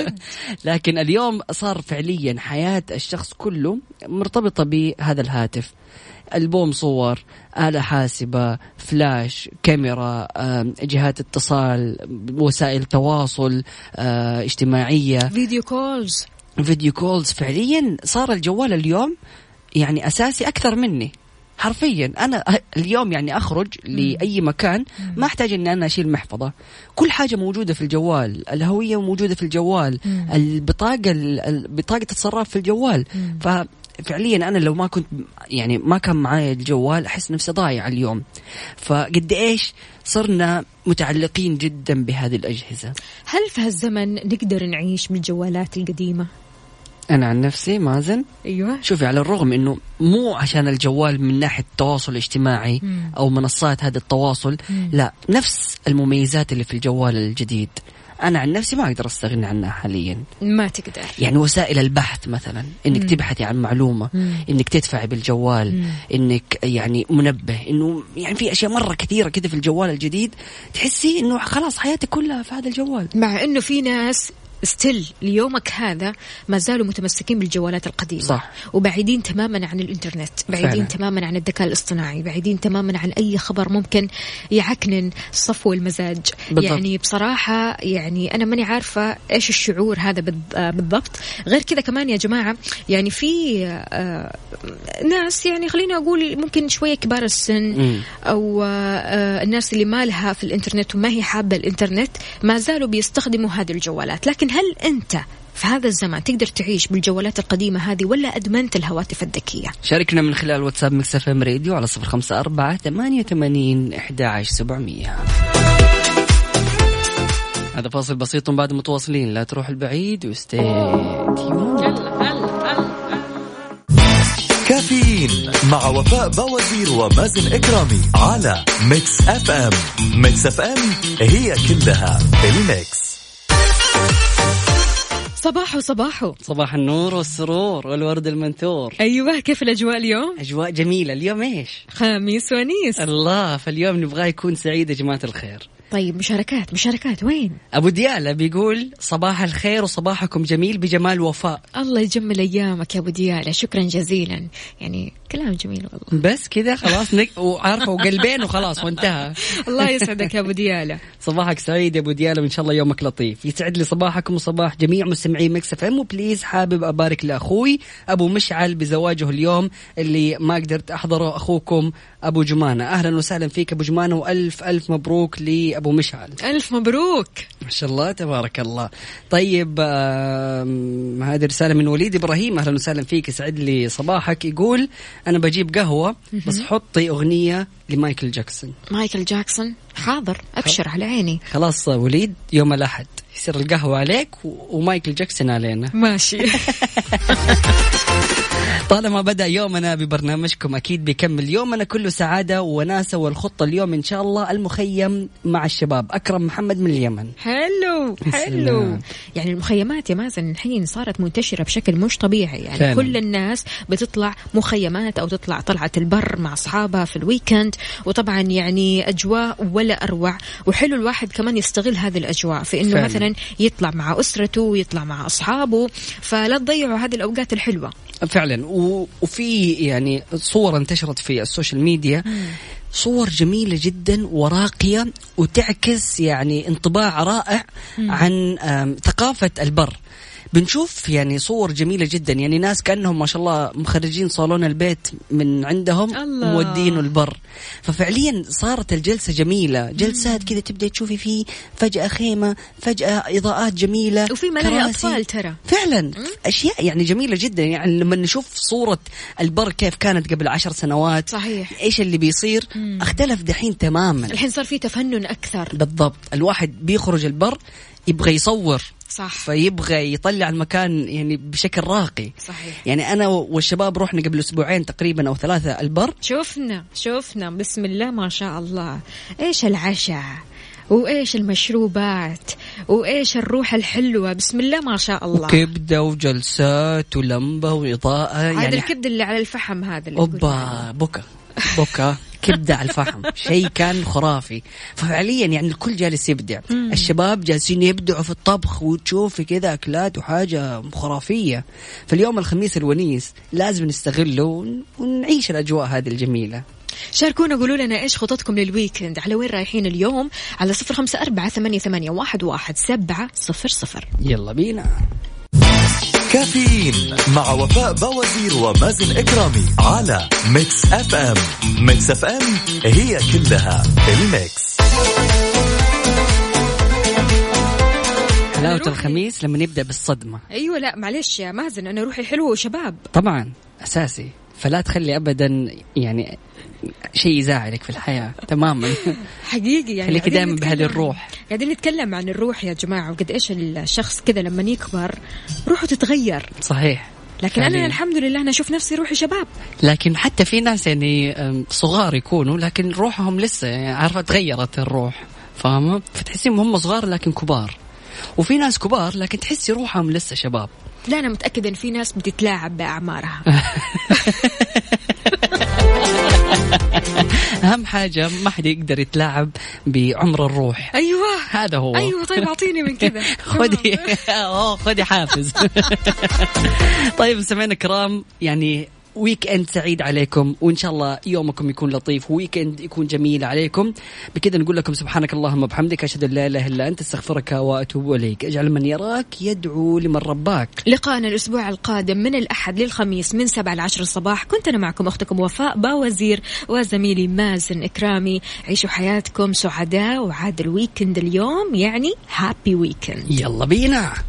لكن اليوم صار فعليا حياة الشخص كله مرتبطة بهذا الهاتف. ألبوم صور، آلة حاسبة، فلاش، كاميرا، جهات اتصال، وسائل تواصل اجتماعية، فيديو كولز فيديو كولز. فعليا صار الجوال اليوم يعني أساسي أكثر مني حرفيا. أنا اليوم يعني أخرج لأي مكان ما أحتاج أن أنا أشيل محفظة، كل حاجة موجودة في الجوال، الهوية موجودة في الجوال، البطاقة بطاقة الصراف في الجوال. ف فعليا أنا لو ما كنت يعني ما كان معايا الجوال أحس نفسي ضايع اليوم. فقد إيش صرنا متعلقين جدا بهذه الأجهزة. هل في هالزمن نقدر نعيش بالجوالات القديمة؟ أنا عن نفسي مازن أيوة. شوفي، على الرغم إنه مو عشان الجوال من ناحية التواصل الاجتماعي مم. أو منصات هذا التواصل مم. لا، نفس المميزات اللي في الجوال الجديد أنا عن نفسي ما أقدر أستغنى عنها حاليا. ما تقدر يعني وسائل البحث مثلا، إنك مم. تبحثي عن معلومة، مم. إنك تدفعي بالجوال، مم. إنك يعني منبه، إنه يعني في أشياء مرة كثيرة كده في الجوال الجديد تحسي إنه خلاص حياتك كلها في هذا الجوال. مع إنه في ناس ستيل ليومك هذا ما زالوا متمسكين بالجوالات القديمة، صح. وبعيدين تماما عن الإنترنت، بعيدين فعلا. تماما عن الذكاء الاصطناعي، بعيدين تماما عن أي خبر ممكن يعكنن صفو المزاج. بالضبط. يعني بصراحة يعني أنا ماني عارفة إيش الشعور هذا بالضبط. غير كذا كمان يا جماعة، يعني في آه ناس يعني خلينا أقول ممكن شوية كبار السن م. أو آه الناس اللي ما لها في الإنترنت وما هي حابة الإنترنت ما زالوا بيستخدموا هذه الجوالات. لكن هل أنت في هذا الزمان تقدر تعيش بالجوالات القديمة هذه ولا أدمنت الهواتف الذكية؟ شاركنا من خلال واتساب ميكس اف ام راديو على صفر خمسة أربعة ثمانية وثمانين أحد عشر سبعمية. هذا فاصل بسيط بعد متواصلين، لا تروح البعيد وستي كافيين مع وفاء بوازير ومازن إكرامي على ميكس اف ام. ميكس اف ام هي كلها الميكس. صباحو صباحو صباح النور والسرور والورد المنثور. أيوة، كيف الأجواء اليوم؟ أجواء جميلة. اليوم إيش؟ خميس ونيس. الله، فاليوم نبغاه يكون سعيد يا جماعة الخير. طيب مشاركات مشاركات وين؟ أبو ديالة بيقول صباح الخير وصباحكم جميل بجمال وفاء. الله يجمل أيامك يا أبو ديالة، شكرا جزيلا. يعني كلام جميل والله. بس كذا خلاص نك... وعارفة وقلبين وخلاص وانتهى. الله يسعدك يا أبو ديالة. صباحك سعيد يا أبو ديالة وإن شاء الله يومك لطيف. يسعد لي صباحكم وصباح جميع مستمعي ميكس اف ام. وبليز حابب أبارك لأخوي أبو مشعل بزواجه اليوم اللي ما قدرت أحضره، أخوكم أبو جمانة. أهلا وسهلا فيك أبو جمانة، وألف ألف مبروك لأبو مشعل. ألف مبروك ما شاء الله تبارك الله. طيب هذه رسالة من وليد إبراهيم، أهلا وسهلا فيك، يسعد لي صباحك. يقول أنا بجيب قهوة بس حطي أغنية لمايكل جاكسون. مايكل جاكسون حاضر، أبشر على عيني. خلاص وليد، يوم الأحد يصير القهوة عليك ومايكل جاكسون علينا. ماشي. طالما بدأ يومنا ببرنامجكم أكيد بيكمل يومنا كله سعادة وناسة. والخطة اليوم إن شاء الله المخيم مع الشباب. أكرم محمد من اليمن. حلو حلو. يعني المخيمات يا مازن الحين صارت منتشرة بشكل مش طبيعي. يعني فعلا. كل الناس بتطلع مخيمات أو تطلع طلعة البر مع أصحابها في الويكند، وطبعا يعني أجواء ولا أروع. وحلو الواحد كمان يستغل هذه الأجواء في إنه فعلا. مثلا يطلع مع أسرته ويطلع مع أصحابه، فلا تضيعوا هذه الأوقات الحلوة فعلا. وفي يعني صور انتشرت في السوشيال ميديا، صور جميلة جدا وراقية وتعكس يعني انطباع رائع عن ثقافة البر. بنشوف يعني صور جميلة جدا، يعني ناس كأنهم ما شاء الله مخرجين صالون البيت من عندهم مودينه البر. ففعليا صارت الجلسة جميلة، جلسات كذا تبدأ تشوفي فيه فجأة خيمة، فجأة إضاءات جميلة، وفي ملاهي أطفال ترى فعلا مم. أشياء يعني جميلة جدا. يعني لما نشوف صورة البر كيف كانت قبل عشر سنوات، صحيح، إيش اللي بيصير مم. اختلف دحين تماما. الحين صار فيه تفنن أكثر. بالضبط، الواحد بيخرج البر يبغى يصور، صح، فيبغى يطلع المكان يعني بشكل راقي. صحيح. يعني أنا والشباب رحنا قبل أسبوعين تقريبا أو ثلاثة البر، شوفنا شوفنا بسم الله ما شاء الله إيش العشاء وإيش المشروبات وإيش الروح الحلوة، بسم الله ما شاء الله، وكبدة وجلسات ولمبة وإضاءة. هذا يعني الكبدة اللي على الفحم هذا اللي أوبا بكا بكا كبدة على الفحم، شيء كان خرافي. ففعليا يعني الكل جالس يبدع، مم. الشباب جالسين يبدعوا في الطبخ، وتشوفي كذا أكلات وحاجة خرافية. فاليوم الخميس الونيس لازم نستغله ونعيش الأجواء هذه الجميلة. شاركونا، قولوا لنا إيش خططكم للويكند، على وين رايحين اليوم، على صفر خمسة أربعة ثمانية ثمانية واحد واحد سبعة صفر صفر. يلا بينا. كافيين مع وفاء بوازير ومازن إكرامي على ميكس اف ام. ميكس اف ام هي كلها الميكس. حلاوة الخميس لما نبدأ بالصدمة. أيوة، لا معلش يا مازن، أنا روحي حلوة وشباب طبعا أساسي، فلا تخلي أبدا يعني شيء يزعلك في الحياة تماما. حقيقي يعني خليك دائما بهذه الروح. قاعدين نتكلم عن الروح يا جماعة، وقد إيش الشخص كذا لما يكبر روحه تتغير. صحيح. لكن أنا الحمد لله أنا أشوف نفسي روحي شباب. لكن حتى في ناس يعني صغار يكونوا لكن روحهم لسه يعني عارفة تغيرت الروح، فاهمة؟ فتحسيهم هم صغار لكن كبار، وفي ناس كبار لكن تحسي روحهم لسه شباب. لا أنا متأكدة إن في ناس بتتلاعب بأعمارها. أهم حاجة ما حد يقدر يتلاعب بعمر الروح. أيوة هذا هو. أيوة طيب أعطيني من كذا. خدي أوه خدي حافز. طيب سمعنا كرام، يعني ويك اند سعيد عليكم، وإن شاء الله يومكم يكون لطيف وويك اند يكون جميل عليكم. بكذا نقول لكم سبحانك اللهم وبحمدك، أشهد أن لا إله إلا أنت، استغفرك وأتوب إليك. اجعل من يراك يدعو لمن رباك. لقاءنا الأسبوع القادم من الأحد للخميس من سبعة لعشر الصباح. كنت أنا معكم أختكم وفاء باوزير وزميلي مازن إكرامي. عيشوا حياتكم سعداء، وعاد الويكند اليوم يعني هابي ويكند. يلا بينا.